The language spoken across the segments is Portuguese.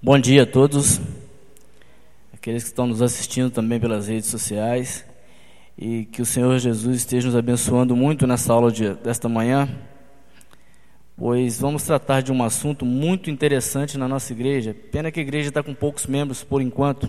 Bom dia a todos, aqueles que estão nos assistindo também pelas redes sociais, e que o Senhor Jesus esteja nos abençoando muito nessa aula desta manhã, pois vamos tratar de um assunto muito interessante na nossa igreja. Pena que a igreja está com poucos membros por enquanto.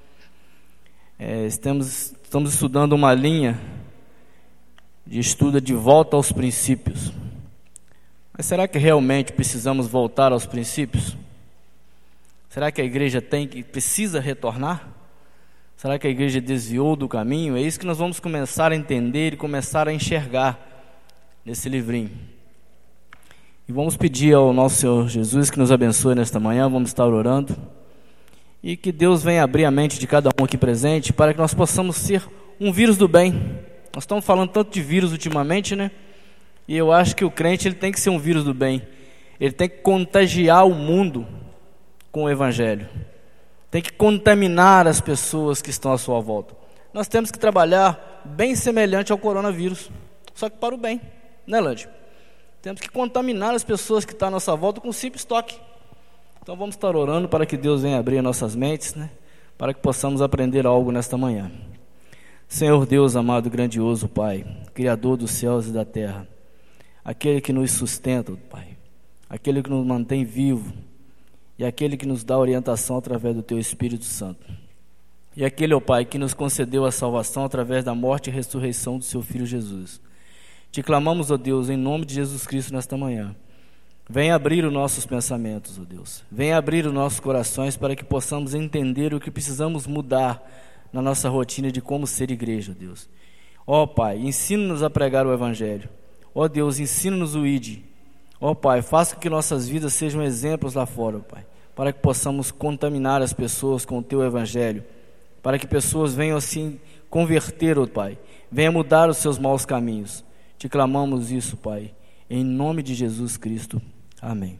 Estamos estudando uma linha de estudo de volta aos princípios. Mas será que realmente precisamos voltar aos princípios? Será que a igreja precisa retornar? Será que a igreja desviou do caminho? É isso que nós vamos começar a entender e começar a enxergar nesse livrinho. E vamos pedir ao nosso Senhor Jesus que nos abençoe nesta manhã. Vamos estar orando. E que Deus venha abrir a mente de cada um aqui presente, para que nós possamos ser um vírus do bem. Nós estamos falando tanto de vírus ultimamente, né? E eu acho que o crente ele tem que ser um vírus do bem. Ele tem que contagiar o mundo com o Evangelho. Tem que contaminar as pessoas que estão à sua volta. Nós temos que trabalhar bem semelhante ao coronavírus, só que para o bem, né, Lande? Temos que contaminar as pessoas que estão à nossa volta com um simples toque. Então vamos estar orando para que Deus venha abrir nossas mentes, né? Para que possamos aprender algo nesta manhã. Senhor Deus amado, grandioso Pai, Criador dos céus e da terra, aquele que nos sustenta, Pai, aquele que nos mantém vivo, e aquele que nos dá orientação através do Teu Espírito Santo. E aquele, ó Pai, que nos concedeu a salvação através da morte e ressurreição do Seu Filho Jesus. Te clamamos, ó Deus, em nome de Jesus Cristo nesta manhã. Venha abrir os nossos pensamentos, ó Deus. Venha abrir os nossos corações para que possamos entender o que precisamos mudar na nossa rotina de como ser igreja, ó Deus. Ó Pai, ensina-nos a pregar o Evangelho. Ó Deus, ensina-nos o ID. Ó Pai, faça com que nossas vidas sejam exemplos lá fora, ó Pai, para que possamos contaminar as pessoas com o Teu Evangelho, para que pessoas venham assim converter, ó Pai, venham mudar os seus maus caminhos. Te clamamos isso, Pai, em nome de Jesus Cristo. Amém.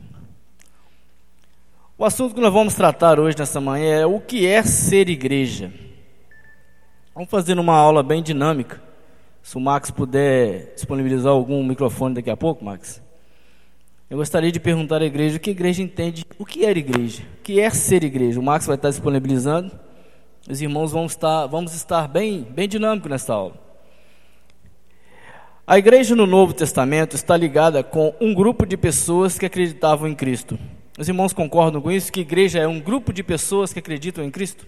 O assunto que nós vamos tratar hoje, nessa manhã, é o que é ser igreja. Vamos fazer uma aula bem dinâmica. Se o Max puder disponibilizar algum microfone daqui a pouco, Max. Eu gostaria de perguntar à igreja o que a igreja entende, o que é igreja, o que é ser igreja. O Max vai estar disponibilizando. Os irmãos vamos estar bem dinâmicos nesta aula. A igreja no Novo Testamento está ligada com um grupo de pessoas que acreditavam em Cristo. Os irmãos concordam com isso, que a igreja é um grupo de pessoas que acreditam em Cristo?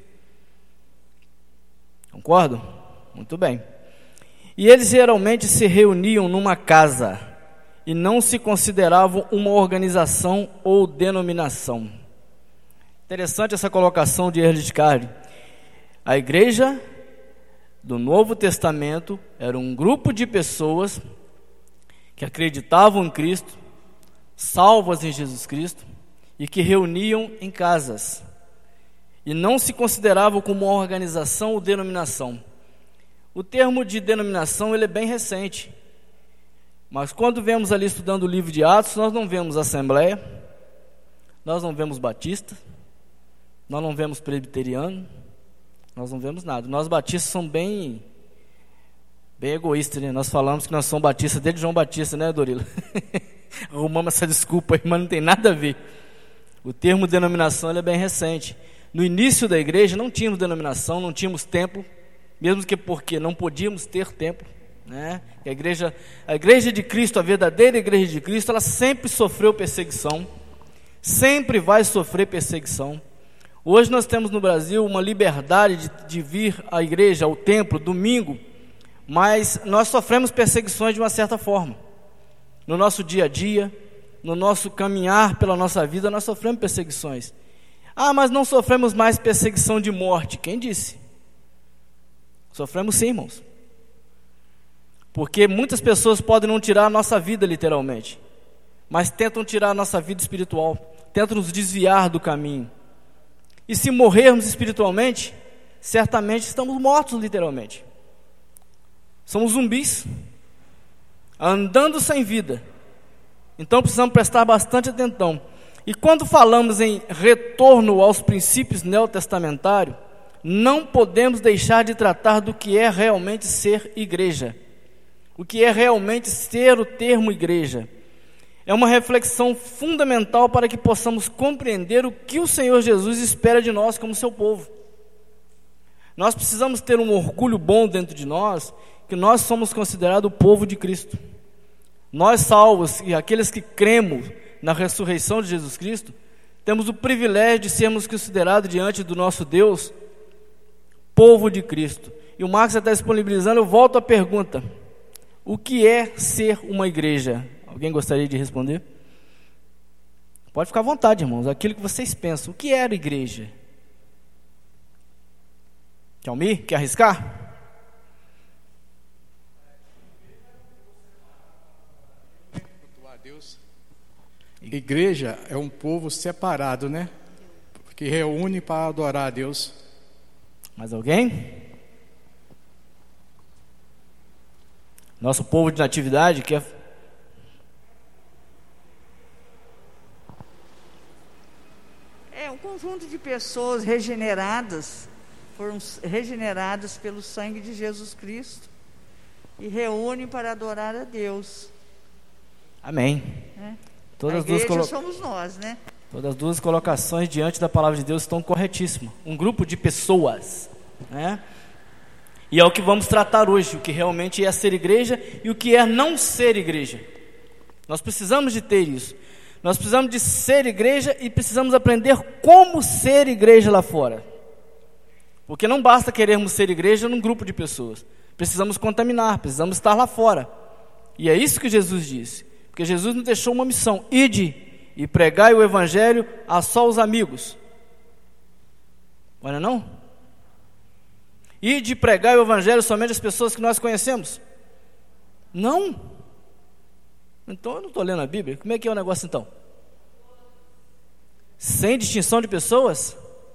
Concordam? Muito bem. E eles geralmente se reuniam numa casa e não se consideravam uma organização ou denominação. Interessante essa colocação de Ernest Carr. A igreja do Novo Testamento era um grupo de pessoas que acreditavam em Cristo, salvas em Jesus Cristo, e que reuniam em casas, e não se consideravam como uma organização ou denominação. O termo de denominação ele é bem recente, mas quando vemos ali estudando o livro de Atos, nós não vemos Assembleia, nós não vemos Batista, nós não vemos Presbiteriano, nós não vemos nada. Nós batistas somos bem egoístas, né? Nós falamos que nós somos batistas desde João Batista, né, Dorila? Arrumamos essa desculpa aí, mas não tem nada a ver. O termo denominação ele é bem recente. No início da igreja não tínhamos denominação, não tínhamos templo, mesmo que porque não podíamos ter templo, né? A igreja de Cristo, a verdadeira igreja de Cristo, ela sempre sofreu perseguição, sempre vai sofrer perseguição. Hoje nós temos no Brasil uma liberdade de vir à igreja, ao templo, domingo, mas nós sofremos perseguições de uma certa forma. No nosso dia a dia, no nosso caminhar pela nossa vida, nós sofremos perseguições. Ah, mas não sofremos mais perseguição de morte. Quem disse? Sofremos sim, irmãos. Porque muitas pessoas podem não tirar a nossa vida literalmente, mas tentam tirar a nossa vida espiritual, tentam nos desviar do caminho. E se morrermos espiritualmente, certamente estamos mortos literalmente. Somos zumbis, andando sem vida. Então precisamos prestar bastante atenção. E quando falamos em retorno aos princípios neotestamentários, não podemos deixar de tratar do que é realmente ser igreja. O que é realmente ser o termo igreja. é uma reflexão fundamental para que possamos compreender o que o Senhor Jesus espera de nós como seu povo. Nós precisamos ter um orgulho bom dentro de nós, que nós somos considerados o povo de Cristo. Nós salvos e aqueles que cremos na ressurreição de Jesus Cristo, temos o privilégio de sermos considerados diante do nosso Deus, povo de Cristo. E o Marcos está disponibilizando, eu volto à pergunta: o que é ser uma igreja? Alguém gostaria de responder? Pode ficar à vontade, irmãos, aquilo que vocês pensam. O que era igreja? Quer arriscar? Igreja é um povo separado, né? Que reúne para adorar a Deus. Mais alguém? Nosso povo de natividade que é um conjunto de pessoas regeneradas, foram regeneradas pelo sangue de Jesus Cristo e reúnem para adorar a Deus. Amém. A igreja somos nós, né? Todas as duas colocações diante da palavra de Deus estão corretíssimas. Um grupo de pessoas, né? E é o que vamos tratar hoje, o que realmente é ser igreja e o que é não ser igreja. Nós precisamos de ter isso. Nós precisamos de ser igreja e precisamos aprender como ser igreja lá fora. Porque não basta querermos ser igreja num grupo de pessoas. Precisamos contaminar, precisamos estar lá fora. E é isso que Jesus disse. Porque Jesus nos deixou uma missão: ide e pregai o evangelho a só os amigos. Olha, não? Ide e pregai o evangelho somente às pessoas que nós conhecemos? Não. Então eu não estou lendo a Bíblia. Como é que é o negócio então? Sem distinção de pessoas?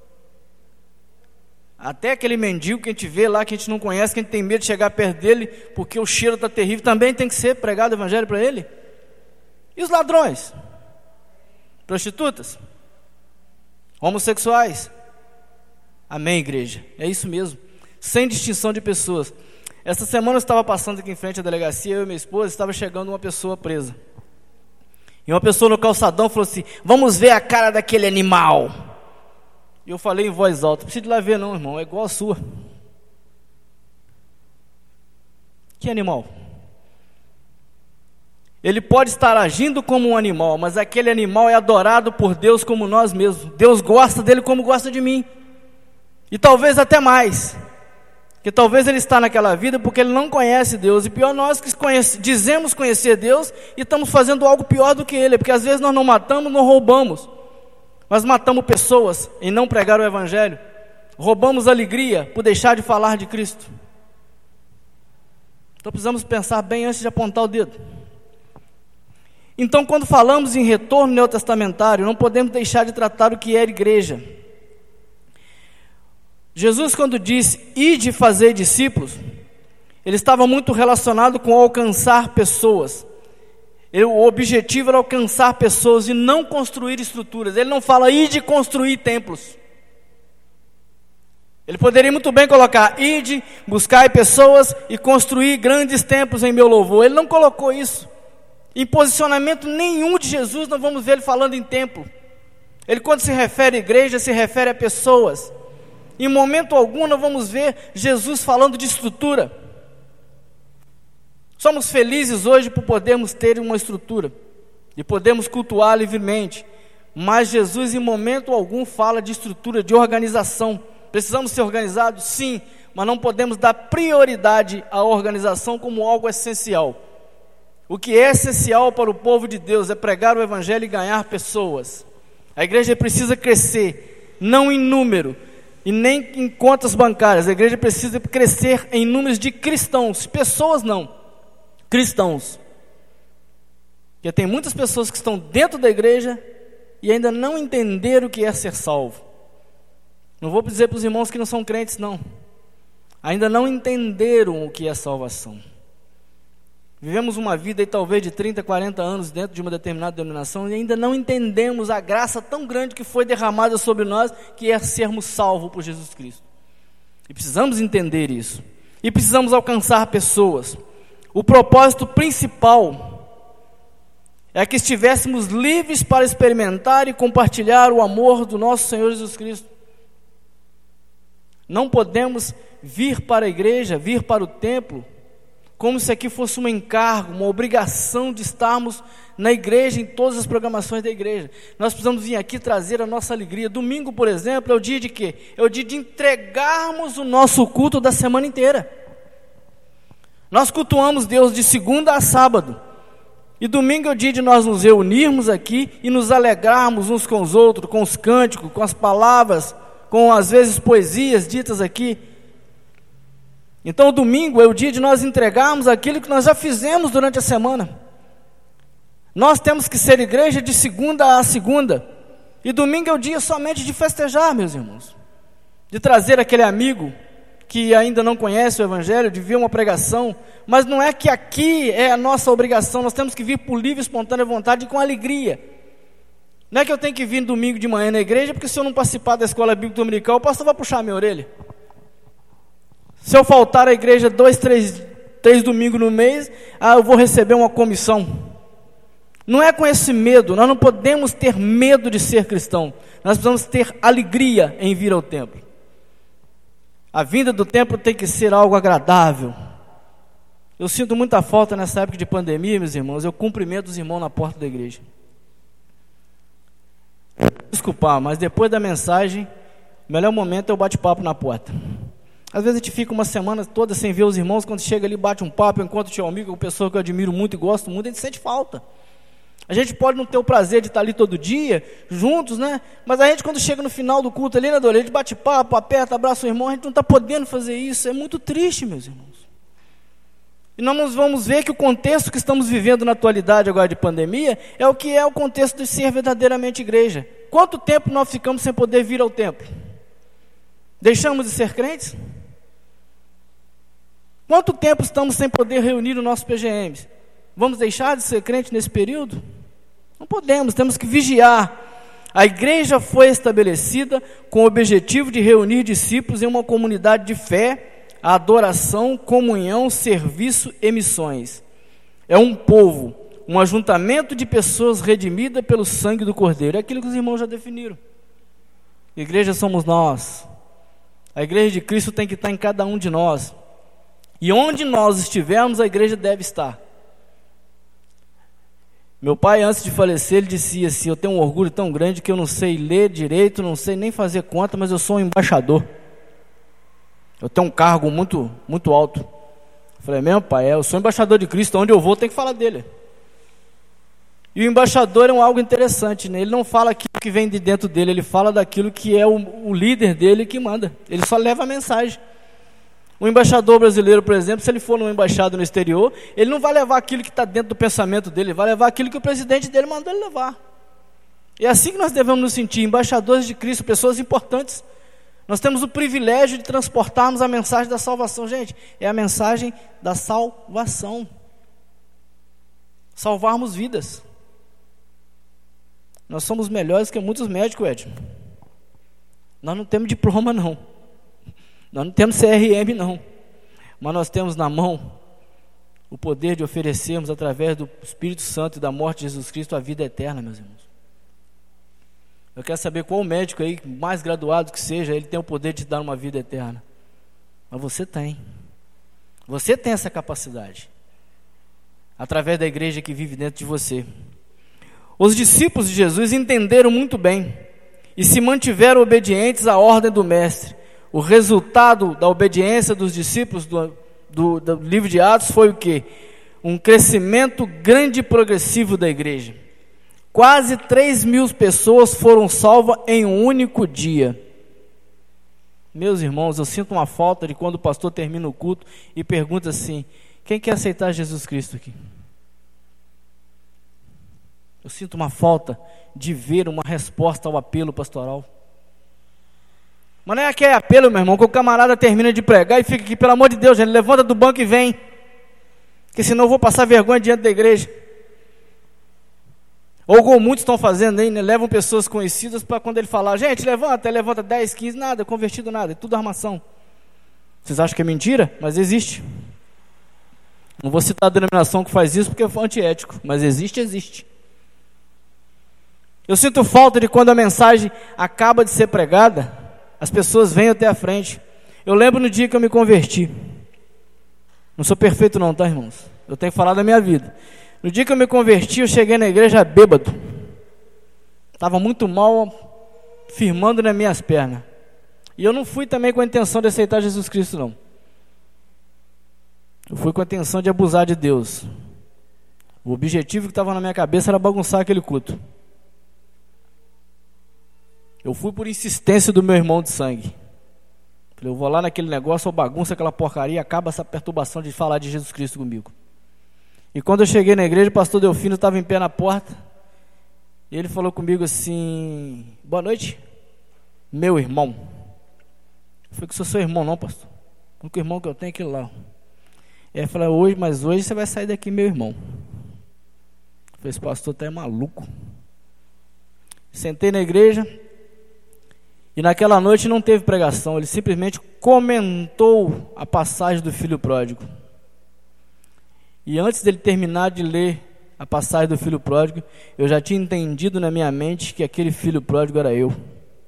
Até aquele mendigo que a gente vê lá, que a gente não conhece, que a gente tem medo de chegar perto dele porque o cheiro está terrível, também tem que ser pregado o evangelho para ele? E os ladrões? Prostitutas? Homossexuais? Amém, igreja? É isso mesmo. Sem distinção de pessoas. Essa semana eu estava passando aqui em frente à delegacia, eu e minha esposa, estava chegando uma pessoa presa. E uma pessoa no calçadão falou assim: vamos ver a cara daquele animal. E eu falei em voz alta: não precisa de lá ver não, irmão, é igual a sua. Que animal? Ele pode estar agindo como um animal, mas aquele animal é adorado por Deus como nós mesmos. Deus gosta dele como gosta de mim. E talvez até mais. Que talvez ele está naquela vida porque ele não conhece Deus. E pior, nós que dizemos conhecer Deus e estamos fazendo algo pior do que ele. Porque às vezes nós não matamos, não roubamos. Mas matamos pessoas em não pregar o evangelho. Roubamos alegria por deixar de falar de Cristo. Então precisamos pensar bem antes de apontar o dedo. Então, quando falamos em retorno neotestamentário, não podemos deixar de tratar o que é igreja. Jesus, quando disse ide fazer discípulos, ele estava muito relacionado com alcançar pessoas. O objetivo era alcançar pessoas e não construir estruturas. Ele não fala ide construir templos. Ele poderia muito bem colocar ide, buscai pessoas e construir grandes templos em meu louvor. Ele não colocou isso. Em posicionamento nenhum de Jesus nós vamos ver ele falando em templo. Ele, quando se refere à igreja, se refere a pessoas. Em momento algum nós vamos ver Jesus falando de estrutura. Somos felizes hoje por podermos ter uma estrutura e podermos cultuar livremente. Mas Jesus em momento algum fala de estrutura, de organização. Precisamos ser organizados? Sim, mas não podemos dar prioridade à organização como algo essencial. O que é essencial para o povo de Deus é pregar o evangelho e ganhar pessoas. A igreja precisa crescer, não em número e nem em contas bancárias. A igreja precisa crescer em números de cristãos, pessoas não, cristãos. Porque tem muitas pessoas que estão dentro da igreja e ainda não entenderam o que é ser salvo. Não vou dizer para os irmãos que não são crentes, não. Ainda não entenderam o que é salvação. Vivemos uma vida aí, talvez de 30, 40 anos dentro de uma determinada denominação e ainda não entendemos a graça tão grande que foi derramada sobre nós, que é sermos salvos por Jesus Cristo. E precisamos entender isso. E precisamos alcançar pessoas. O propósito principal é que estivéssemos livres para experimentar e compartilhar o amor do nosso Senhor Jesus Cristo. Não podemos vir para a igreja, vir para o templo, como se aqui fosse um encargo, uma obrigação de estarmos na igreja, em todas as programações da igreja. Nós precisamos vir aqui trazer a nossa alegria. Domingo, por exemplo, é o dia de quê? É o dia de entregarmos o nosso culto da semana inteira. Nós cultuamos Deus de segunda a sábado, e domingo é o dia de nós nos reunirmos aqui e nos alegrarmos uns com os outros, com os cânticos, com as palavras, com às vezes poesias ditas aqui. Então o domingo é o dia de nós entregarmos aquilo que nós já fizemos durante a semana. Nós temos que ser igreja de segunda a segunda, e domingo é o dia somente de festejar, meus irmãos, de trazer aquele amigo que ainda não conhece o Evangelho, de ver uma pregação. Mas não é que aqui é a nossa obrigação, nós temos que vir por livre, espontânea vontade e com alegria. Não é que eu tenho que vir domingo de manhã na igreja, porque se eu não participar da escola bíblica dominical, o pastor vai puxar a minha orelha. Se eu faltar à igreja 2, 3 domingos no mês, eu vou receber uma comissão. Não é com esse medo, nós não podemos ter medo de ser cristão, nós precisamos ter alegria em vir ao templo. A vinda do templo tem que ser algo agradável. Eu sinto muita falta nessa época de pandemia, meus irmãos, eu cumprimento os irmãos na porta da igreja. Desculpa, mas depois da mensagem, o melhor momento é o bate-papo na porta. Às vezes a gente fica uma semana toda sem ver os irmãos, quando chega ali, bate um papo, encontra o teu amigo, uma pessoa que eu admiro muito e gosto muito, a gente sente falta. A gente pode não ter o prazer de estar ali todo dia, juntos, né? Mas a gente, quando chega no final do culto ali, né, Dora? A gente bate papo, aperta, abraça o irmão, a gente não está podendo fazer isso. É muito triste, meus irmãos. E nós vamos ver que o contexto que estamos vivendo na atualidade agora de pandemia é o que é o contexto de ser verdadeiramente igreja. Quanto tempo nós ficamos sem poder vir ao templo? Deixamos de ser crentes? Quanto tempo estamos sem poder reunir o nosso PGM? Vamos deixar de ser crente nesse período? Não podemos, temos que vigiar. A igreja foi estabelecida com o objetivo de reunir discípulos em uma comunidade de fé, adoração, comunhão, serviço e missões. É um povo, um ajuntamento de pessoas redimidas pelo sangue do Cordeiro. É aquilo que os irmãos já definiram. Igreja somos nós. A igreja de Cristo tem que estar em cada um de nós. E onde nós estivermos, a igreja deve estar. Meu pai, antes de falecer, ele dizia assim: eu tenho um orgulho tão grande que eu não sei ler direito, não sei nem fazer conta, mas eu sou um embaixador. Eu tenho um cargo muito, muito alto. Eu falei: meu pai, eu sou embaixador de Cristo, onde eu vou tem que falar dele. E o embaixador é algo interessante, né? Ele não fala aquilo que vem de dentro dele, ele fala daquilo que é o líder dele que manda. Ele só leva a mensagem. O embaixador brasileiro, por exemplo, se ele for numa embaixada no exterior, ele não vai levar aquilo que está dentro do pensamento dele, ele vai levar aquilo que o presidente dele mandou ele levar. É assim que nós devemos nos sentir, embaixadores de Cristo, pessoas importantes. Nós temos o privilégio de transportarmos a mensagem da salvação. Gente, é a mensagem da salvação. Salvarmos vidas. Nós somos melhores que muitos médicos, Ed. Nós não temos diploma, não. Nós não temos CRM, não. Mas nós temos na mão o poder de oferecermos, através do Espírito Santo e da morte de Jesus Cristo, a vida eterna, meus irmãos. Eu quero saber qual médico aí, mais graduado que seja, ele tem o poder de te dar uma vida eterna. Mas você tem. Você tem essa capacidade. Através da igreja que vive dentro de você. Os discípulos de Jesus entenderam muito bem e se mantiveram obedientes à ordem do Mestre. O resultado da obediência dos discípulos do livro de Atos foi o quê? Um crescimento grande e progressivo da igreja. Quase 3.000 pessoas foram salvas em um único dia. Meus irmãos, eu sinto uma falta de quando o pastor termina o culto e pergunta assim: quem quer aceitar Jesus Cristo aqui? Eu sinto uma falta de ver uma resposta ao apelo pastoral. Mas não é aquele apelo, meu irmão, que o camarada termina de pregar e fica aqui: pelo amor de Deus, gente, levanta do banco e vem, porque senão eu vou passar vergonha diante da igreja. Ou como muitos estão fazendo aí, né? Levam pessoas conhecidas para quando ele falar: gente, levanta 10, 15, nada, convertido nada, é tudo armação. Vocês acham que é mentira? Mas existe. Não vou citar a denominação que faz isso porque é antiético, mas existe. Eu sinto falta de quando a mensagem acaba de ser pregada, as pessoas vêm até a frente. Eu lembro no dia que eu me converti. Não sou perfeito não, tá, irmãos? Eu tenho que falar da minha vida. No dia que eu me converti, eu cheguei na igreja bêbado. Estava muito mal, firmando nas minhas pernas. E eu não fui também com a intenção de aceitar Jesus Cristo, não. Eu fui com a intenção de abusar de Deus. O objetivo que estava na minha cabeça era bagunçar aquele culto. Eu fui por insistência do meu irmão de sangue. Falei, eu vou lá naquele negócio, eu bagunço aquela porcaria, acaba essa perturbação de falar de Jesus Cristo comigo. E quando eu cheguei na igreja, o pastor Delfino estava em pé na porta. E ele falou comigo assim, boa noite, meu irmão. Eu falei, que sou seu irmão não, pastor. O único irmão que eu tenho é aquele lá. E ele falou, hoje você vai sair daqui, meu irmão. Eu falei, esse pastor tá maluco. Sentei na igreja. E naquela noite não teve pregação, ele simplesmente comentou a passagem do filho pródigo. E antes dele terminar de ler a passagem do filho pródigo, eu já tinha entendido na minha mente que aquele filho pródigo era eu.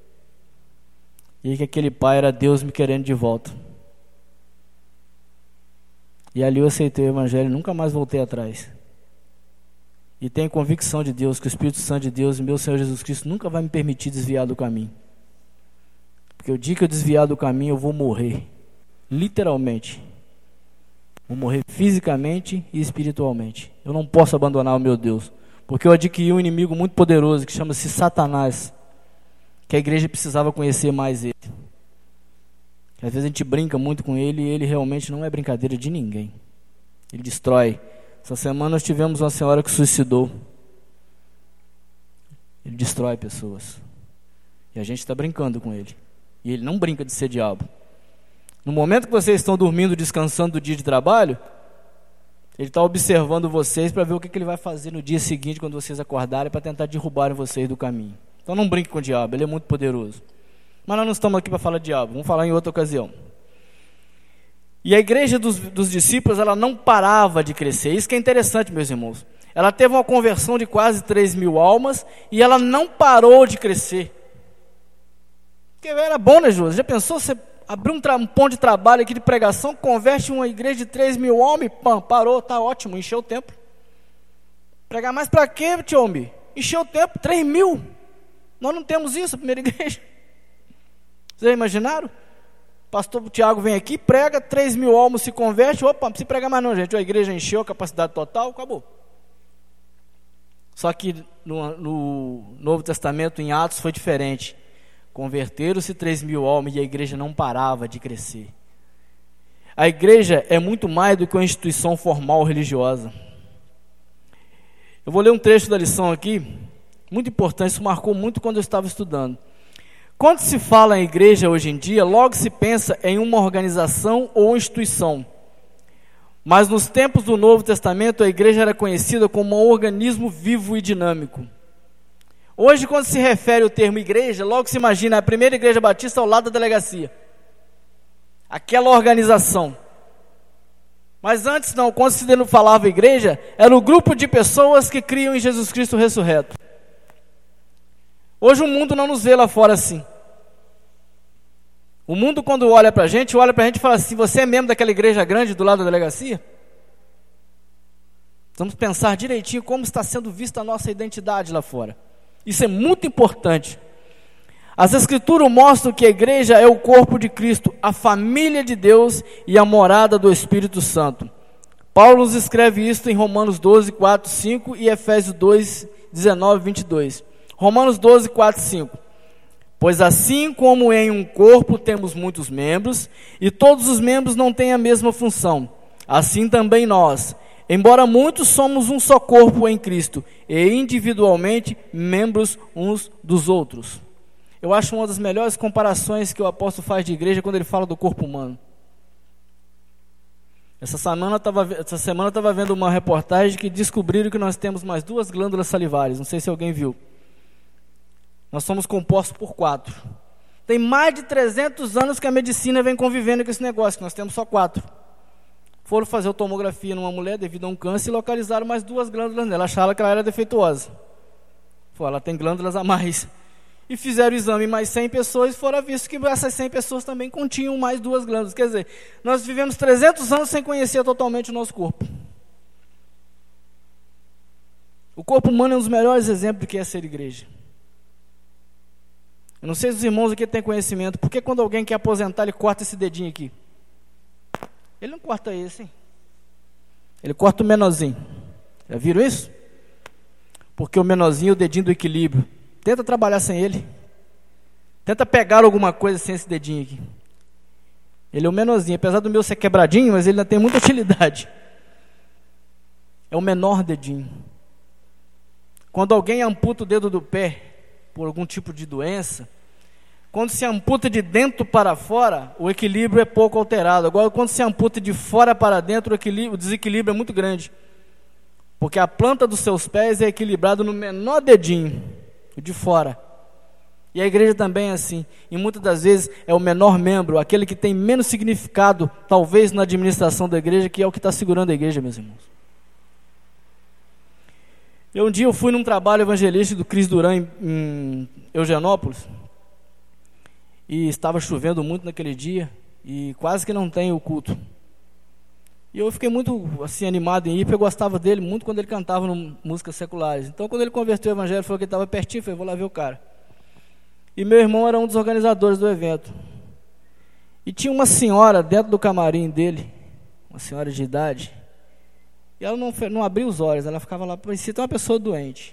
E que aquele pai era Deus me querendo de volta. E ali eu aceitei o evangelho e nunca mais voltei atrás. E tenho convicção de Deus, que o Espírito Santo de Deus e meu Senhor Jesus Cristo nunca vai me permitir desviar do caminho. Porque o dia que eu desviar do caminho, eu vou morrer. Literalmente. Vou morrer fisicamente e espiritualmente. Eu não posso abandonar o meu Deus. Porque eu adquiri um inimigo muito poderoso que chama-se Satanás. Que a igreja precisava conhecer mais ele. Às vezes a gente brinca muito com ele e ele realmente não é brincadeira de ninguém. Ele destrói. Essa semana nós tivemos uma senhora que suicidou. Ele destrói pessoas. E a gente está brincando com ele. E ele não brinca de ser diabo. No momento que vocês estão dormindo, descansando do dia de trabalho, ele está observando vocês para ver o que ele vai fazer no dia seguinte, quando vocês acordarem, para tentar derrubarem vocês do caminho. Então não brinque com o diabo, ele é muito poderoso. Mas nós não estamos aqui para falar de diabo, vamos falar em outra ocasião. E a igreja dos discípulos, ela não parava de crescer. Isso que é interessante, meus irmãos. Ela teve uma conversão de quase 3.000 almas e ela não parou de crescer. Porque era bom, né, Júlio? Já pensou você abrir um ponto de trabalho aqui de pregação, converte uma igreja de 3.000 homens, pam, parou, tá ótimo, encheu o templo. Pregar mais para quê, tio homem? Encheu o templo, 3.000. Nós não temos isso, a primeira igreja. Vocês já imaginaram? Pastor Tiago vem aqui, prega, 3.000 almas se converte, opa, não precisa pregar mais não, gente. A igreja encheu a capacidade total, acabou. Só que no Novo Testamento, em Atos, foi diferente. Converteram-se 3.000 almas e a igreja não parava de crescer. A igreja é muito mais do que uma instituição formal religiosa. Eu vou ler um trecho da lição aqui, muito importante, isso marcou muito quando eu estava estudando. Quando se fala em igreja hoje em dia, logo se pensa em uma organização ou instituição. Mas nos tempos do Novo Testamento, a igreja era conhecida como um organismo vivo e dinâmico. Hoje, quando se refere ao termo igreja, logo se imagina a primeira igreja batista ao lado da delegacia. Aquela organização. Mas antes não, quando se falava igreja, era o grupo de pessoas que criam em Jesus Cristo ressurreto. Hoje o mundo não nos vê lá fora assim. O mundo, quando olha pra gente e fala assim, você é membro daquela igreja grande do lado da delegacia? Vamos pensar direitinho como está sendo vista a nossa identidade lá fora. Isso é muito importante. As Escrituras mostram que a igreja é o corpo de Cristo, a família de Deus e a morada do Espírito Santo. Paulo nos escreve isso em Romanos 12, 4, 5 e Efésios 2, 19, 22. Romanos 12, 4, 5. Pois assim como em um corpo temos muitos membros, e todos os membros não têm a mesma função, assim também nós, embora muitos, somos um só corpo em Cristo, e individualmente membros uns dos outros. Eu acho uma das melhores comparações que o apóstolo faz de igreja quando ele fala do corpo humano. Essa semana eu estava vendo uma reportagem que descobriram que nós temos mais 2 glândulas salivares, não sei se alguém viu. Nós somos compostos por 4. Tem mais de 300 anos que a medicina vem convivendo com esse negócio, que nós temos só 4. Foram fazer tomografia numa mulher devido a um câncer e localizaram mais 2 glândulas nela, acharam que ela era defeituosa. ela tem glândulas a mais. E fizeram o exame em mais 100 pessoas e foram vistos que essas 100 pessoas também continham mais 2 glândulas. Quer dizer, nós vivemos 300 anos sem conhecer totalmente o nosso corpo. O corpo humano é um dos melhores exemplos do que é ser igreja. Eu não sei se os irmãos aqui têm conhecimento. Por que quando alguém quer aposentar, ele corta esse dedinho aqui? Ele não corta esse, hein? Ele corta o menorzinho. Já viram isso? Porque o menorzinho é o dedinho do equilíbrio. Tenta trabalhar sem ele. Tenta pegar alguma coisa sem esse dedinho aqui. Ele é o menorzinho. Apesar do meu ser quebradinho, mas ele ainda tem muita utilidade. É o menor dedinho. Quando alguém amputa o dedo do pé por algum tipo de doença, quando se amputa de dentro para fora, o equilíbrio é pouco alterado. Agora, quando se amputa de fora para dentro, o desequilíbrio é muito grande. Porque a planta dos seus pés é equilibrada no menor dedinho, o de fora. E a igreja também é assim. E muitas das vezes é o menor membro, aquele que tem menos significado, talvez na administração da igreja, que é o que está segurando a igreja, meus irmãos. Um dia eu fui num trabalho evangelístico do Cris Duran em Eugenópolis. E estava chovendo muito naquele dia. E quase que não tem o culto. E eu fiquei muito assim, animado em ir, porque eu gostava dele muito quando ele cantava músicas seculares. Então, quando ele converteu o evangelho, falou que ele estava pertinho, eu falei, vou lá ver o cara. E meu irmão era um dos organizadores do evento. E tinha uma senhora dentro do camarim dele, uma senhora de idade, e ela não abria os olhos, ela ficava lá, parecia uma pessoa doente.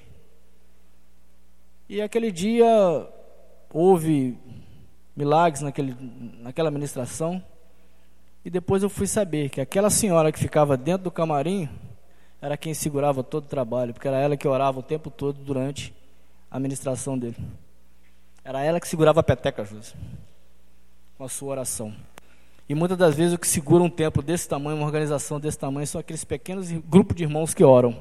E aquele dia houve milagres naquela ministração. E depois eu fui saber que aquela senhora que ficava dentro do camarim era quem segurava todo o trabalho, porque era ela que orava o tempo todo durante a ministração dele. Era ela que segurava a peteca, José, com a sua oração. E muitas das vezes o que segura um templo desse tamanho, uma organização desse tamanho, são aqueles pequenos grupos de irmãos que oram.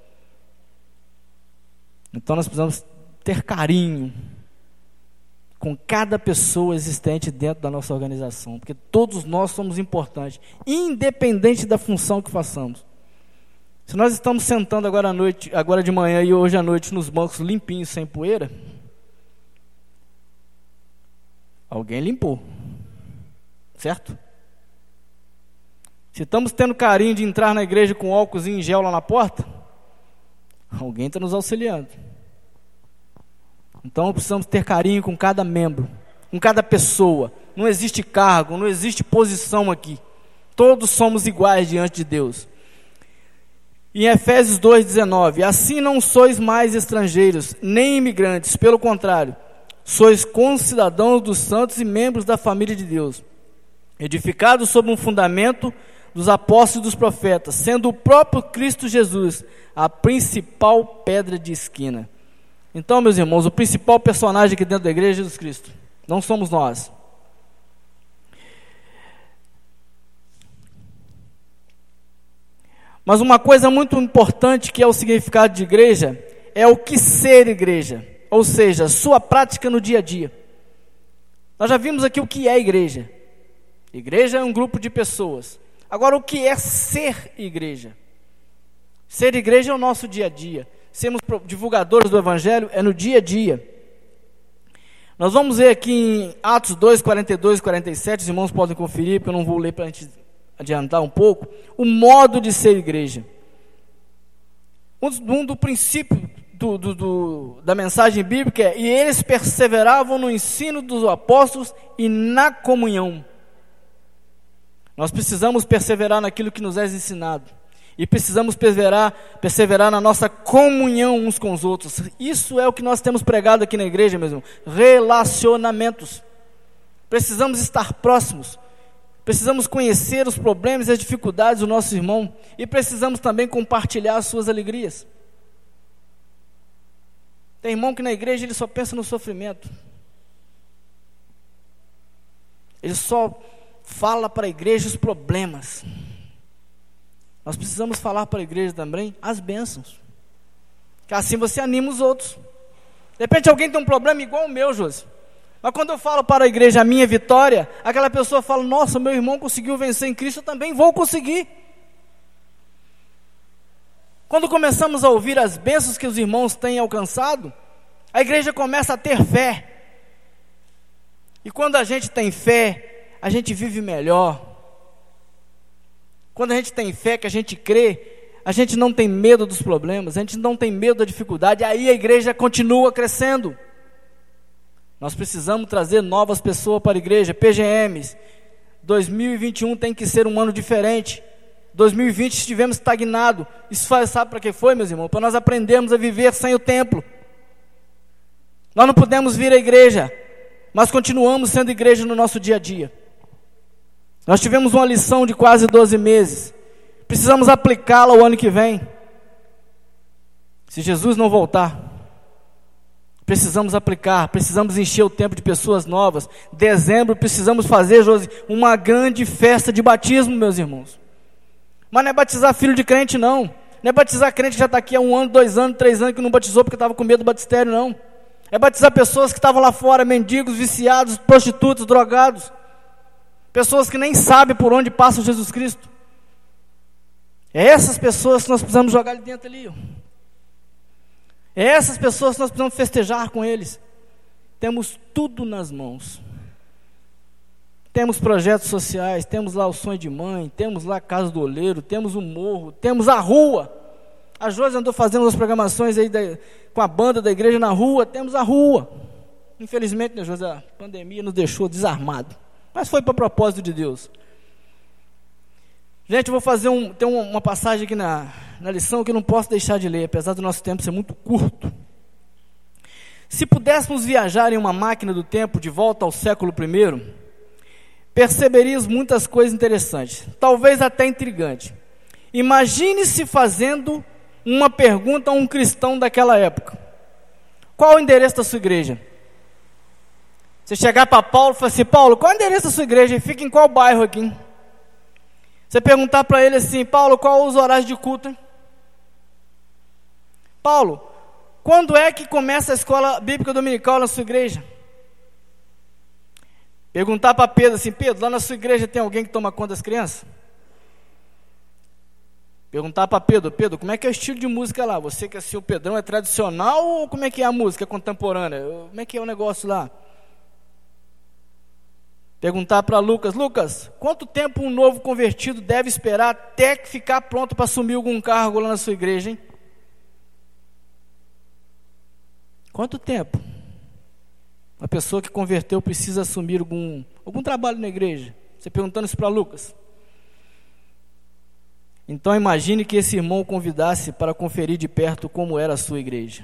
Então nós precisamos ter carinho com cada pessoa existente dentro da nossa organização, porque todos nós somos importantes, independente da função que façamos. Se nós estamos sentando agora à noite, agora de manhã e hoje à noite nos bancos limpinhos, sem poeira, alguém limpou, certo? Se estamos tendo carinho de entrar na igreja com álcoolzinho em gel lá na porta, alguém está nos auxiliando. Então precisamos ter carinho com cada membro, com cada pessoa. Não existe cargo, não existe posição aqui. Todos somos iguais diante de Deus. Em Efésios 2,19, assim não sois mais estrangeiros, nem imigrantes, pelo contrário, sois concidadãos dos santos e membros da família de Deus, edificados sobre um fundamento dos apóstolos e dos profetas, sendo o próprio Cristo Jesus a principal pedra de esquina. Então, meus irmãos, o principal personagem aqui dentro da igreja é Jesus Cristo. Não somos nós. Mas uma coisa muito importante que é o significado de igreja é o que ser igreja. Ou seja, sua prática no dia a dia. Nós já vimos aqui o que é igreja. Igreja é um grupo de pessoas. Agora, o que é ser igreja? Ser igreja é o nosso dia a dia. Sermos divulgadores do Evangelho é no dia a dia. Nós vamos ver aqui em Atos 2, 42 e 47, os irmãos podem conferir, porque eu não vou ler para a gente adiantar um pouco, o modo de ser igreja. Um do princípio da mensagem bíblica é: e eles perseveravam no ensino dos apóstolos e na comunhão. Nós precisamos perseverar naquilo que nos é ensinado. E precisamos perseverar na nossa comunhão uns com os outros. Isso é o que nós temos pregado aqui na igreja, meu irmão. Relacionamentos. Precisamos estar próximos. Precisamos conhecer os problemas e as dificuldades do nosso irmão. E precisamos também compartilhar as suas alegrias. Tem irmão que na igreja ele só pensa no sofrimento. Ele só fala para a igreja os problemas. Nós precisamos falar para a igreja também as bênçãos, que assim você anima os outros. De repente alguém tem um problema igual o meu, José, mas quando eu falo para a igreja a minha vitória, aquela pessoa fala: nossa, meu irmão conseguiu vencer em Cristo, eu também vou conseguir. Quando começamos a ouvir as bênçãos que os irmãos têm alcançado, A igreja começa a ter fé. E quando a gente tem fé, a gente vive melhor. Quando a gente tem fé, que a gente crê, a gente não tem medo dos problemas, a gente não tem medo da dificuldade, aí a igreja continua crescendo. Nós precisamos trazer novas pessoas para a igreja, PGMs. 2021 tem que ser um ano diferente. 2020 estivemos estagnados. Isso sabe para que foi, meus irmãos? Para nós aprendermos a viver sem o templo. Nós não podemos vir à igreja, mas continuamos sendo igreja no nosso dia a dia. Nós tivemos uma lição de quase 12 meses. Precisamos aplicá-la o ano que vem. Se Jesus não voltar, precisamos aplicar, precisamos encher o tempo de pessoas novas. Dezembro precisamos fazer, Josi, uma grande festa de batismo, meus irmãos. Mas não é batizar filho de crente, não. Não é batizar crente que já está aqui há 1 ano, 2 anos, 3 anos, que não batizou porque estava com medo do batistério, não. É batizar pessoas que estavam lá fora, mendigos, viciados, prostitutos, drogados. Pessoas que nem sabem por onde passa Jesus Cristo. É essas pessoas que nós precisamos jogar ali dentro ali. É essas pessoas que nós precisamos festejar com eles. Temos tudo nas mãos. Temos projetos sociais, temos lá o Sonho de Mãe, temos lá a Casa do Oleiro, temos o Morro, temos a rua. A Josi andou fazendo as programações aí com a banda da igreja na rua, temos a rua. Infelizmente, né, Josi, a pandemia nos deixou desarmado, mas foi para propósito de Deus. Gente, eu vou fazer tem uma passagem aqui na lição que eu não posso deixar de ler, apesar do nosso tempo ser muito curto. Se pudéssemos viajar em uma máquina do tempo de volta ao século I, perceberíamos muitas coisas interessantes, talvez até intrigantes. Imagine-se fazendo uma pergunta a um cristão daquela época: qual o endereço da sua igreja? Você chegar para Paulo e falar assim: Paulo, qual é o endereço da sua igreja e fica em qual bairro aqui? Você perguntar para ele assim: Paulo, qual os horários de culto? Hein? Paulo, quando é que começa a escola bíblica dominical na sua igreja? Perguntar para Pedro assim: Pedro, lá na sua igreja tem alguém que toma conta das crianças? Perguntar para Pedro: Pedro, como é que é o estilo de música lá? Você que assim, o Pedrão é tradicional ou como é que é a música contemporânea? Como é que é o negócio lá? Perguntar para Lucas: Lucas, quanto tempo um novo convertido deve esperar até ficar pronto para assumir algum cargo lá na sua igreja, hein? Quanto tempo uma pessoa que converteu precisa assumir algum trabalho na igreja? Você perguntando isso para Lucas. Então imagine que esse irmão o convidasse para conferir de perto como era a sua igreja.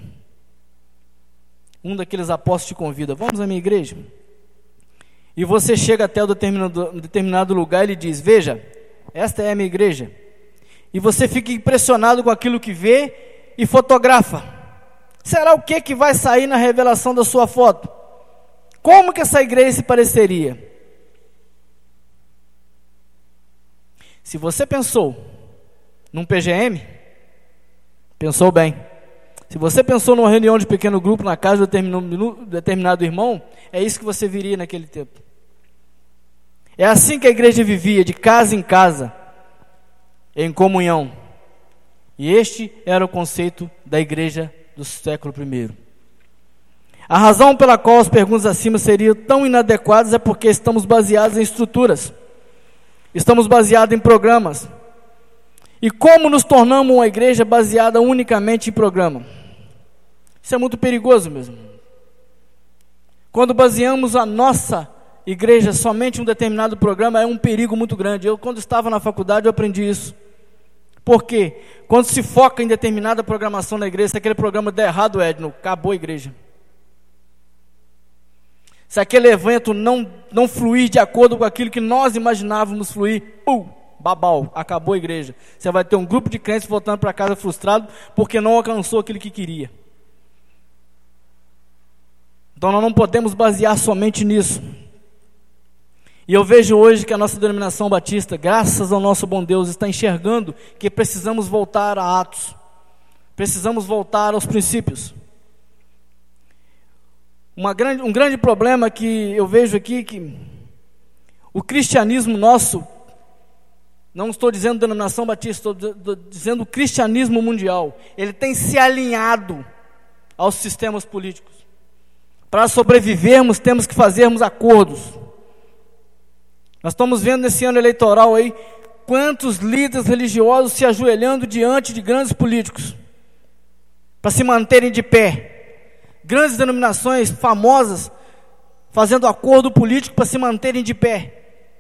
Um daqueles apóstolos te convida: vamos à minha igreja? E você chega até um determinado lugar e ele diz: veja, esta é a minha igreja. E você fica impressionado com aquilo que vê e fotografa. Será o que vai sair na revelação da sua foto? Como que essa igreja se pareceria? Se você pensou num PGM, pensou bem. Se você pensou numa reunião de pequeno grupo na casa de determinado irmão, é isso que você viria naquele tempo. É assim que a igreja vivia, de casa em casa, em comunhão. E este era o conceito da igreja do século I. A razão pela qual as perguntas acima seriam tão inadequadas é porque estamos baseados em estruturas. Estamos baseados em programas. E como nos tornamos uma igreja baseada unicamente em programa? Isso é muito perigoso mesmo. Quando baseamos a nossa igreja somente em um determinado programa, é um perigo muito grande. Eu, quando estava na faculdade, eu aprendi isso. Por quê? Quando se foca em determinada programação na igreja, se aquele programa der errado, Edno, acabou a igreja. Se aquele evento não fluir de acordo com aquilo que nós imaginávamos fluir, babau, acabou a igreja. Você vai ter um grupo de crentes voltando para casa frustrado porque não alcançou aquilo que queria. Então nós não podemos basear somente nisso. E eu vejo hoje que a nossa denominação batista, graças ao nosso bom Deus, está enxergando que precisamos voltar a Atos. Precisamos voltar aos princípios. Um grande problema que eu vejo aqui, que o cristianismo nosso, não estou dizendo denominação batista, estou dizendo o cristianismo mundial, ele tem se alinhado aos sistemas políticos. Para sobrevivermos, temos que fazermos acordos. Nós estamos vendo nesse ano eleitoral aí, quantos líderes religiosos se ajoelhando diante de grandes políticos, para se manterem de pé. Grandes denominações famosas, fazendo acordo político para se manterem de pé.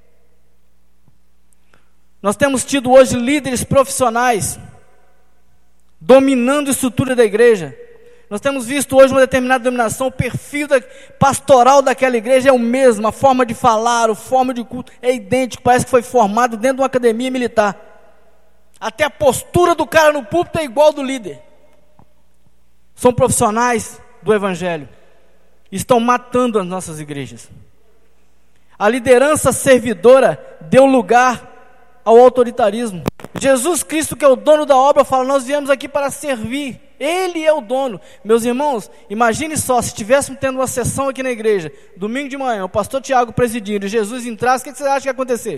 Nós temos tido hoje líderes profissionais, dominando a estrutura da igreja. Nós temos visto hoje uma determinada denominação, o perfil pastoral daquela igreja é o mesmo, a forma de falar, a forma de culto é idêntico, parece que foi formado dentro de uma academia militar. Até a postura do cara no púlpito é igual do líder. São profissionais do evangelho, estão matando as nossas igrejas. A liderança servidora deu lugar ao autoritarismo. Jesus Cristo, que é o dono da obra, fala: nós viemos aqui para servir, Ele é o dono. Meus irmãos, imagine só, se estivéssemos tendo uma sessão aqui na igreja, domingo de manhã, o pastor Tiago presidindo, e Jesus entrasse, o que você acha que ia acontecer?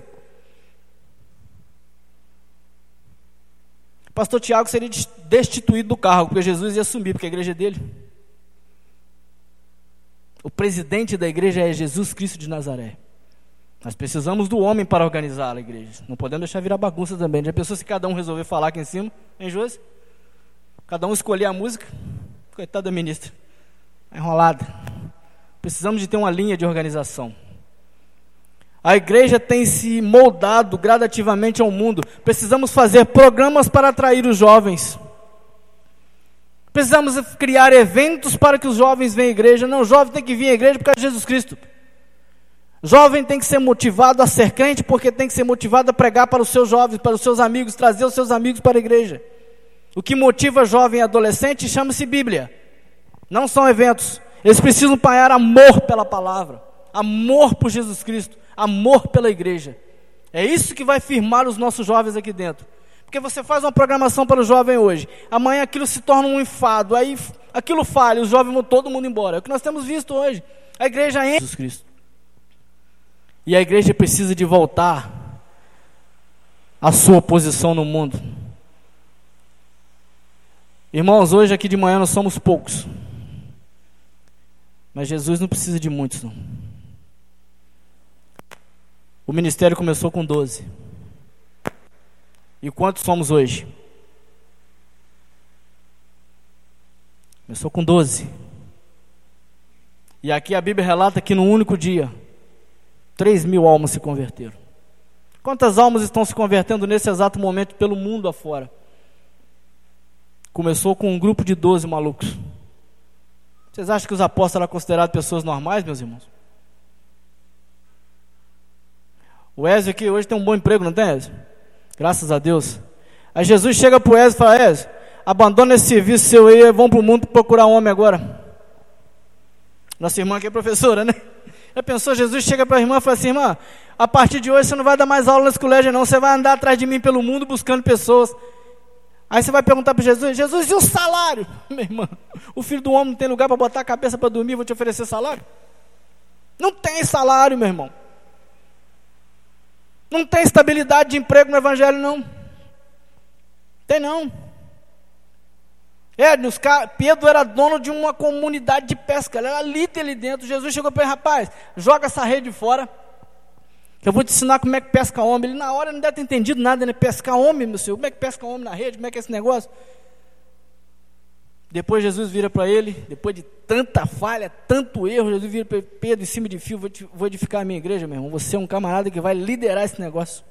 O pastor Tiago seria destituído do cargo, porque Jesus ia assumir, porque a igreja é dele. O presidente da igreja é Jesus Cristo de Nazaré. Nós precisamos do homem para organizar a igreja. Não podemos deixar virar bagunça também. Já pensou se cada um resolver falar aqui em cima, hein, Josi? Cada um escolher a música? Coitado da ministra. É enrolada. Precisamos de ter uma linha de organização. A igreja tem se moldado gradativamente ao mundo. Precisamos fazer programas para atrair os jovens. Precisamos criar eventos para que os jovens venham à igreja. Não, o jovem tem que vir à igreja por causa de Jesus Cristo. Jovem tem que ser motivado a ser crente, porque tem que ser motivado a pregar para os seus jovens, para os seus amigos, trazer os seus amigos para a igreja. O que motiva jovem e adolescente chama-se Bíblia. Não são eventos. Eles precisam paiar amor pela palavra, amor por Jesus Cristo, amor pela igreja. É isso que vai firmar os nossos jovens aqui dentro. Porque você faz uma programação para o jovem hoje, amanhã aquilo se torna um enfado, aí aquilo falha, os jovens vão todo mundo embora. É o que nós temos visto hoje. A igreja é Jesus Cristo. E a igreja precisa de voltar à sua posição no mundo. Irmãos, hoje aqui de manhã nós somos poucos. Mas Jesus não precisa de muitos, não. O ministério começou com 12. E quantos somos hoje? Começou com 12. E aqui a Bíblia relata que num único dia 3.000 almas se converteram. Quantas almas estão se convertendo nesse exato momento pelo mundo afora? Começou com um grupo de 12 malucos. Vocês acham que os apóstolos eram considerados pessoas normais, meus irmãos? O Ézio aqui hoje tem um bom emprego, não tem, Ézio? Graças a Deus. Aí Jesus chega para o Ézio e fala: Ézio, abandona esse serviço seu aí, vamos para o mundo procurar homem agora. Nossa irmã aqui é professora, né? Já pensou, Jesus chega para a irmã e fala assim: irmã, a partir de hoje você não vai dar mais aula nesse colégio não, você vai andar atrás de mim pelo mundo buscando pessoas. Aí você vai perguntar para Jesus: Jesus, e o salário? Minha irmã, o filho do homem não tem lugar para botar a cabeça para dormir, vou te oferecer salário? Não tem salário, meu irmão. Não tem estabilidade de emprego no evangelho, não. Tem não. Pedro era dono de uma comunidade de pesca, ele era líder ali dentro. Jesus chegou para ele: rapaz, joga essa rede fora, eu vou te ensinar como é que pesca homem. Ele na hora não deve ter entendido nada, né? Pescar homem, meu senhor, como é que pesca homem na rede, como é que é esse negócio? Depois Jesus vira para ele, depois de tanta falha, tanto erro, Jesus vira para Pedro em cima de fio: vou edificar a minha igreja, meu irmão, você é um camarada que vai liderar esse negócio.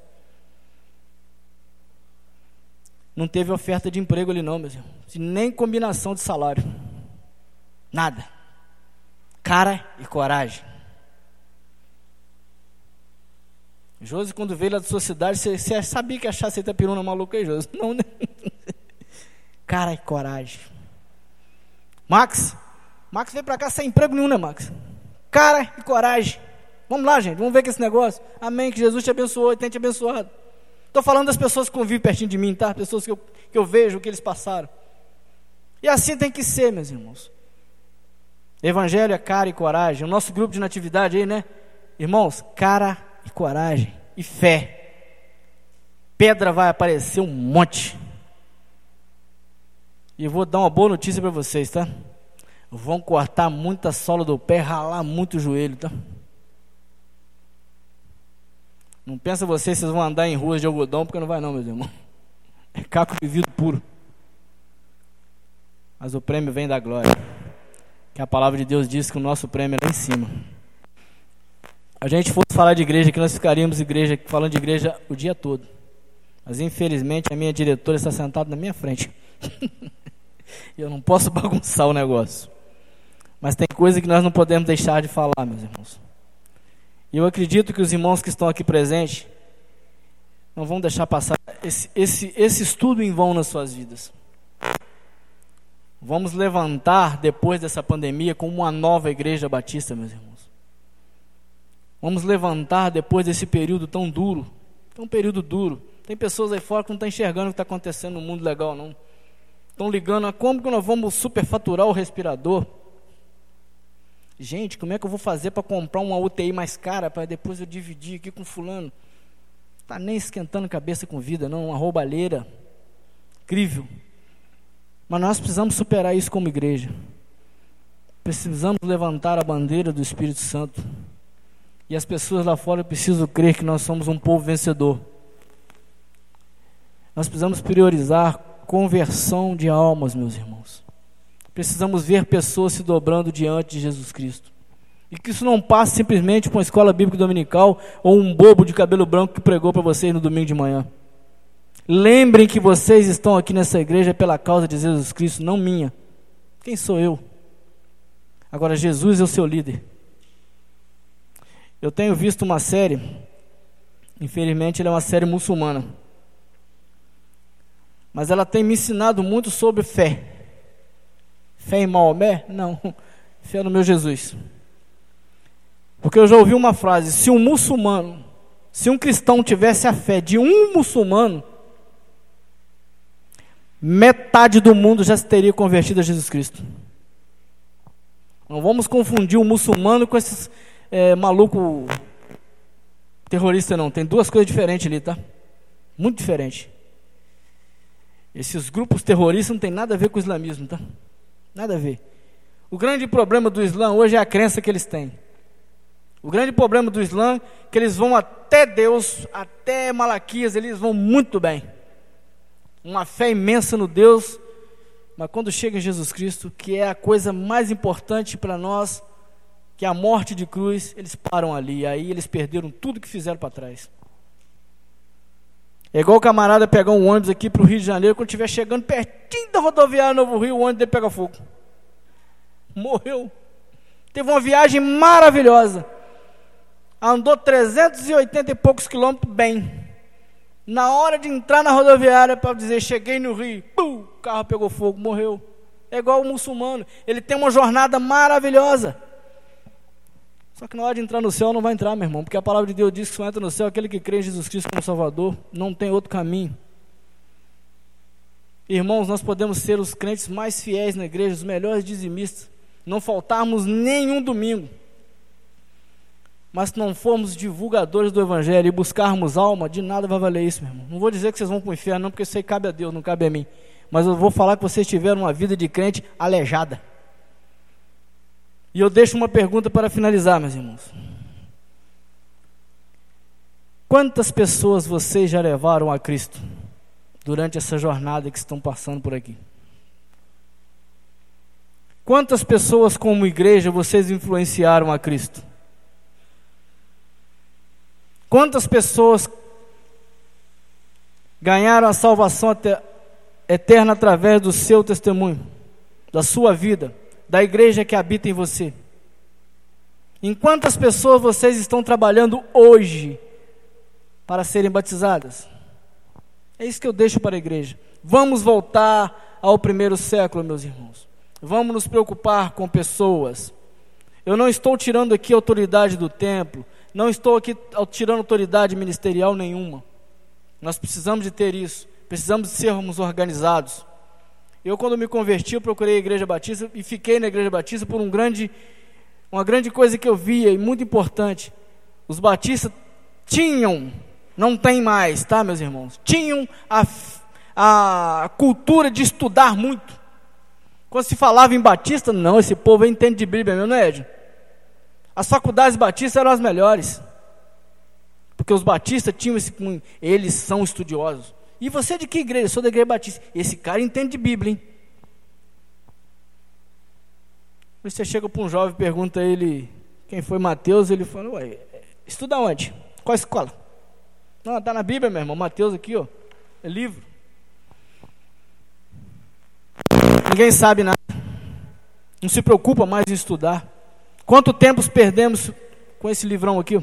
Não teve oferta de emprego ali não, meus irmãos, nem combinação de salário, nada. Cara e coragem. Josi, quando veio lá da sua cidade, você sabia que achasse Itapiruna maluco aí, Josi? Não, né? Cara e coragem. Max veio para cá sem emprego nenhum, né, Max? Cara e coragem. Vamos lá, gente, vamos ver que esse negócio. Amém, que Jesus te abençoou e tenha te abençoado. Estou falando das pessoas que convivem pertinho de mim, tá? Pessoas que eu vejo o que eles passaram. E assim tem que ser, meus irmãos. Evangelho é cara e coragem. O nosso grupo de natividade aí, né? Irmãos, cara e coragem e fé. Pedra vai aparecer um monte. E eu vou dar uma boa notícia para vocês, tá? vão cortar muita sola do pé, ralar muito o joelho, tá? Não pensa vocês vão andar em ruas de algodão, porque não vai não, meus irmãos. É caco de vidro puro. Mas o prêmio vem da glória. Que a palavra de Deus diz que o nosso prêmio é lá em cima. A gente fosse falar de igreja, que nós ficaríamos falando de igreja o dia todo. Mas infelizmente a minha diretora está sentada na minha frente. E eu não posso bagunçar o negócio. Mas tem coisa que nós não podemos deixar de falar, meus irmãos. E eu acredito que os irmãos que estão aqui presentes não vão deixar passar esse estudo em vão nas suas vidas. Vamos levantar depois dessa pandemia como uma nova igreja batista, meus irmãos. Vamos levantar depois desse período tão duro. É um período duro. Tem pessoas aí fora que não estão enxergando o que está acontecendo no mundo legal, não. Estão ligando a como que nós vamos superfaturar o respirador. Gente, como é que eu vou fazer para comprar uma UTI mais cara para depois eu dividir aqui com fulano? Está nem esquentando cabeça com vida, não. Uma roubalheira incrível. Mas nós precisamos superar isso como igreja. Precisamos levantar a bandeira do Espírito Santo. E as pessoas lá fora precisam crer que nós somos um povo vencedor. Nós precisamos priorizar conversão de almas, meus irmãos. Precisamos ver pessoas se dobrando diante de Jesus Cristo. E que isso não passe simplesmente por uma escola bíblica dominical ou um bobo de cabelo branco que pregou para vocês no domingo de manhã. Lembrem que vocês estão aqui nessa igreja pela causa de Jesus Cristo, não minha. Quem sou eu? Agora, Jesus é o seu líder. Eu tenho visto uma série, infelizmente ela é uma série muçulmana, mas ela tem me ensinado muito sobre fé. Fé em Maomé? Não, fé no meu Jesus. Porque eu já ouvi uma frase: se um cristão tivesse a fé de um muçulmano, metade do mundo já se teria convertido a Jesus Cristo. Não vamos confundir o muçulmano com esses maluco terrorista, não. Tem duas coisas diferentes ali, tá? Muito diferente. Esses grupos terroristas não tem nada a ver com o islamismo, tá? Nada a ver. O grande problema do Islã hoje é a crença que eles têm. O grande problema do Islã é que eles vão até Deus, até Malaquias, eles vão muito bem. Uma fé imensa no Deus, mas quando chega em Jesus Cristo, que é a coisa mais importante para nós, que é a morte de cruz, eles param ali, e aí eles perderam tudo que fizeram para trás. É igual o camarada pegar um ônibus aqui para o Rio de Janeiro, quando estiver chegando pertinho da rodoviária Novo Rio, o ônibus dele pega fogo. Morreu. Teve uma viagem maravilhosa. Andou 380 e poucos quilômetros bem. Na hora de entrar na rodoviária para dizer, cheguei no Rio, pum, o carro pegou fogo, morreu. É igual o muçulmano, ele tem uma jornada maravilhosa. Só que na hora de entrar no céu não vai entrar, meu irmão, porque a palavra de Deus diz que só entra no céu aquele que crê em Jesus Cristo como Salvador, não tem outro caminho. Irmãos, nós podemos ser os crentes mais fiéis na igreja, os melhores dizimistas, não faltarmos nenhum domingo, mas se não formos divulgadores do Evangelho e buscarmos alma, de nada vai valer isso, meu irmão. Não vou dizer que vocês vão para o inferno, não, porque isso aí cabe a Deus, não cabe a mim, mas eu vou falar que vocês tiveram uma vida de crente aleijada. E eu deixo uma pergunta para finalizar, meus irmãos. Quantas pessoas vocês já levaram a Cristo durante essa jornada que estão passando por aqui? Quantas pessoas como igreja vocês influenciaram a Cristo? Quantas pessoas ganharam a salvação eterna através do seu testemunho, da sua vida, da igreja que habita em você? Em quantas pessoas vocês estão trabalhando hoje para serem batizadas? É isso que eu deixo para a igreja. Vamos voltar ao primeiro século, meus irmãos. Vamos nos preocupar com pessoas. Eu não estou tirando aqui a autoridade do templo, não estou aqui tirando autoridade ministerial nenhuma. Nós precisamos de ter isso, precisamos de sermos organizados. Eu, quando me converti, eu procurei a Igreja Batista e fiquei na Igreja Batista por uma grande coisa que eu via e muito importante. Os batistas tinham, não tem mais, tá, meus irmãos? Tinham a cultura de estudar muito. Quando se falava em batista, não, esse povo entende de Bíblia mesmo, não é, Edson? As faculdades batistas eram as melhores. Porque os batistas tinham eles são estudiosos. E você é de que igreja? Eu sou da igreja batista. Esse cara entende de Bíblia, hein? Você chega para um jovem e pergunta a ele quem foi Mateus, ele fala, ué, estuda onde? Qual escola? Não, está na Bíblia, meu irmão. Mateus aqui, ó, é livro. Ninguém sabe nada. Não se preocupa mais em estudar. Quanto tempo perdemos com esse livrão aqui, ó?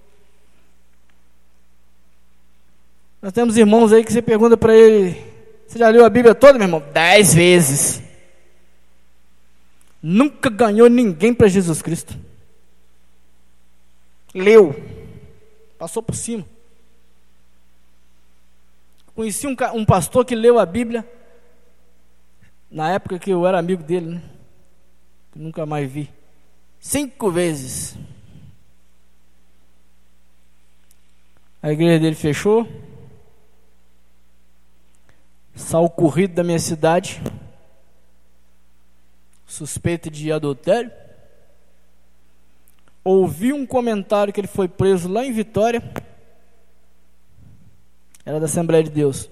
Nós temos irmãos aí que você pergunta para ele, você já leu a Bíblia toda, meu irmão? 10 vezes. Nunca ganhou ninguém para Jesus Cristo. Leu. Passou por cima. Conheci um pastor que leu a Bíblia, na época que eu era amigo dele, né? Nunca mais vi. 5 vezes. A igreja dele fechou. Saiu corrido da minha cidade, suspeito de adultério. Ouvi um comentário que ele foi preso lá em Vitória. Era da Assembleia de Deus.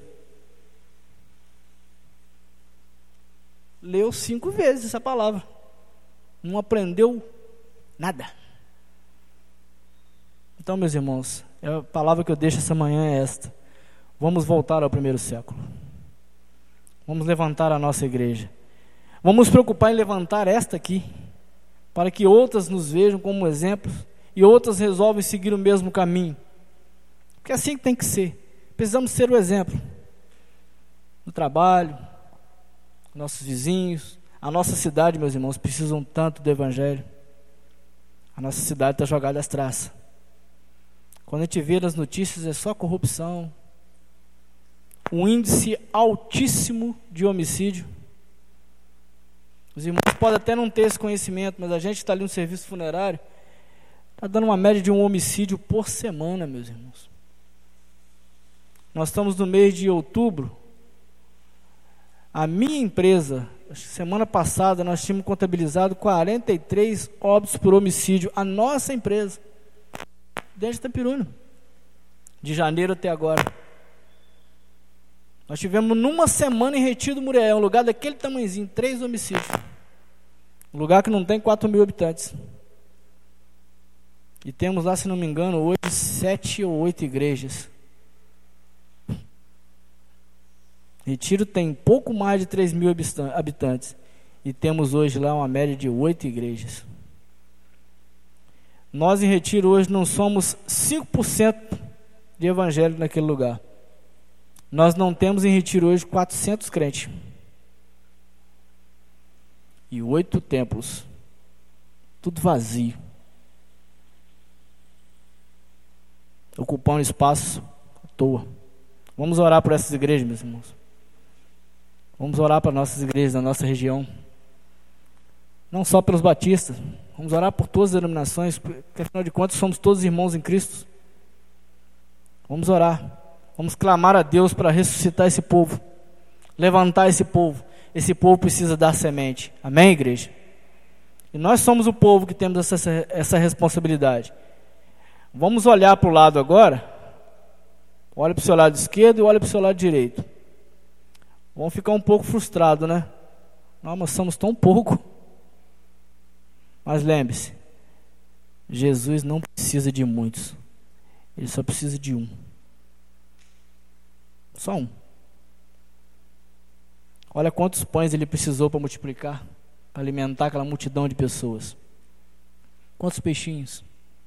Leu 5 vezes essa palavra. Não aprendeu nada. Então, meus irmãos, a palavra que eu deixo essa manhã é esta: vamos voltar ao primeiro século. Vamos levantar a nossa igreja. Vamos nos preocupar em levantar esta aqui, para que outras nos vejam como exemplos e outras resolvem seguir o mesmo caminho. Porque é assim que tem que ser. Precisamos ser o exemplo. No trabalho, nossos vizinhos, a nossa cidade, meus irmãos, precisam tanto do Evangelho. A nossa cidade está jogada às traças. Quando a gente vê nas notícias é só corrupção, um índice altíssimo de homicídio. Os irmãos podem até não ter esse conhecimento, mas a gente está ali no serviço funerário, está dando uma média de um homicídio por semana, meus irmãos. Nós estamos no mês de outubro. A minha empresa, semana passada, nós tínhamos contabilizado 43 óbitos por homicídio. A nossa empresa, desde Itapiruna, de janeiro até agora. Nós tivemos numa semana em Retiro do Muriel, um lugar daquele tamanhozinho, 3 homicídios. Um lugar que não tem 4.000 habitantes. E temos lá, se não me engano, hoje 7 ou 8 igrejas. Retiro tem pouco mais de 3.000 habitantes. E temos hoje lá uma média de 8 igrejas. Nós em Retiro hoje não somos 5% de evangélico naquele lugar. Nós não temos em Retiro hoje 400 crentes. E 8 templos. Tudo vazio. Ocupando espaço à toa. Vamos orar por essas igrejas, meus irmãos. Vamos orar para nossas igrejas da nossa região. Não só pelos batistas. Vamos orar por todas as denominações, porque afinal de contas somos todos irmãos em Cristo. Vamos orar. Vamos clamar a Deus para ressuscitar esse povo, levantar esse povo. Esse povo precisa dar semente. Amém, igreja? E nós somos o povo que temos essa responsabilidade. Vamos olhar para o lado agora. Olha para o seu lado esquerdo e olha para o seu lado direito. Vamos ficar um pouco frustrados, né? Nós somos tão pouco. Mas lembre-se, Jesus não precisa de muitos. Ele só precisa de um. Só um. Olha quantos pães ele precisou para multiplicar, para alimentar aquela multidão de pessoas. Quantos peixinhos.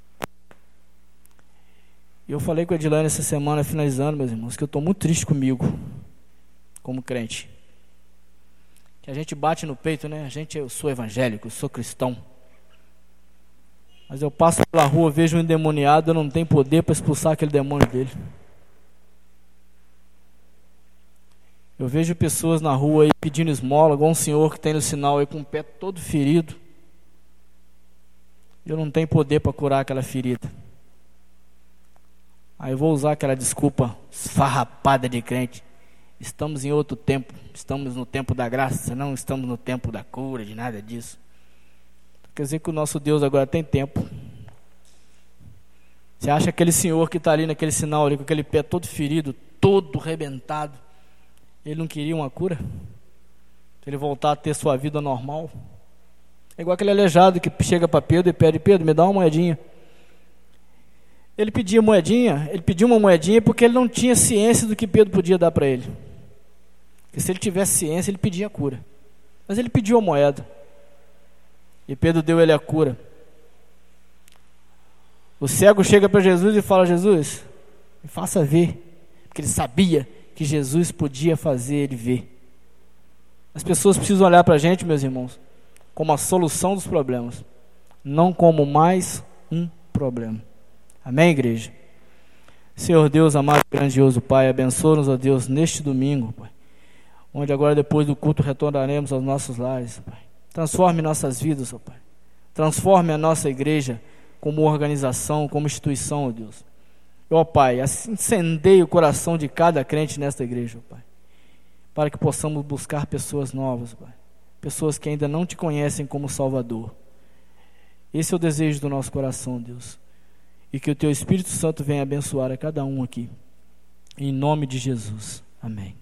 Eu falei com a Edilane essa semana, finalizando, meus irmãos, que eu estou muito triste comigo, como crente. Que a gente bate no peito, né? Eu sou evangélico, eu sou cristão. Mas eu passo pela rua, vejo um endemoniado, eu não tenho poder para expulsar aquele demônio dele. Eu vejo pessoas na rua aí pedindo esmola, igual um senhor que tem no sinal aí com o pé todo ferido. Eu não tenho poder para curar aquela ferida. Aí eu vou usar aquela desculpa esfarrapada de crente. Estamos em outro tempo, estamos no tempo da graça, não estamos no tempo da cura, de nada disso. Quer dizer que o nosso Deus agora tem tempo. Você acha aquele senhor que está ali naquele sinal, ali, com aquele pé todo ferido, todo arrebentado, ele não queria uma cura? Se ele voltar a ter sua vida normal? É igual aquele aleijado que chega para Pedro e pede: Pedro, me dá uma moedinha. Ele pediu uma moedinha porque ele não tinha ciência do que Pedro podia dar para ele. Porque se ele tivesse ciência, ele pedia a cura. Mas ele pediu a moeda. E Pedro deu ele a cura. O cego chega para Jesus e fala: Jesus, me faça ver. Porque ele sabia que Jesus podia fazer ele ver. As pessoas precisam olhar para a gente, meus irmãos, como a solução dos problemas, não como mais um problema. Amém, igreja? Senhor Deus, amado e grandioso Pai, abençoa-nos, ó Deus, neste domingo, Pai, onde agora depois do culto retornaremos aos nossos lares, Pai. Transforme nossas vidas, ó Pai. Transforme a nossa igreja como organização, como instituição, ó Deus. Ó Pai, incendeie o coração de cada crente nesta igreja, ó Pai, para que possamos buscar pessoas novas, Pai. Pessoas que ainda não te conhecem como Salvador. Esse é o desejo do nosso coração, Deus. E que o Teu Espírito Santo venha abençoar a cada um aqui. Em nome de Jesus. Amém.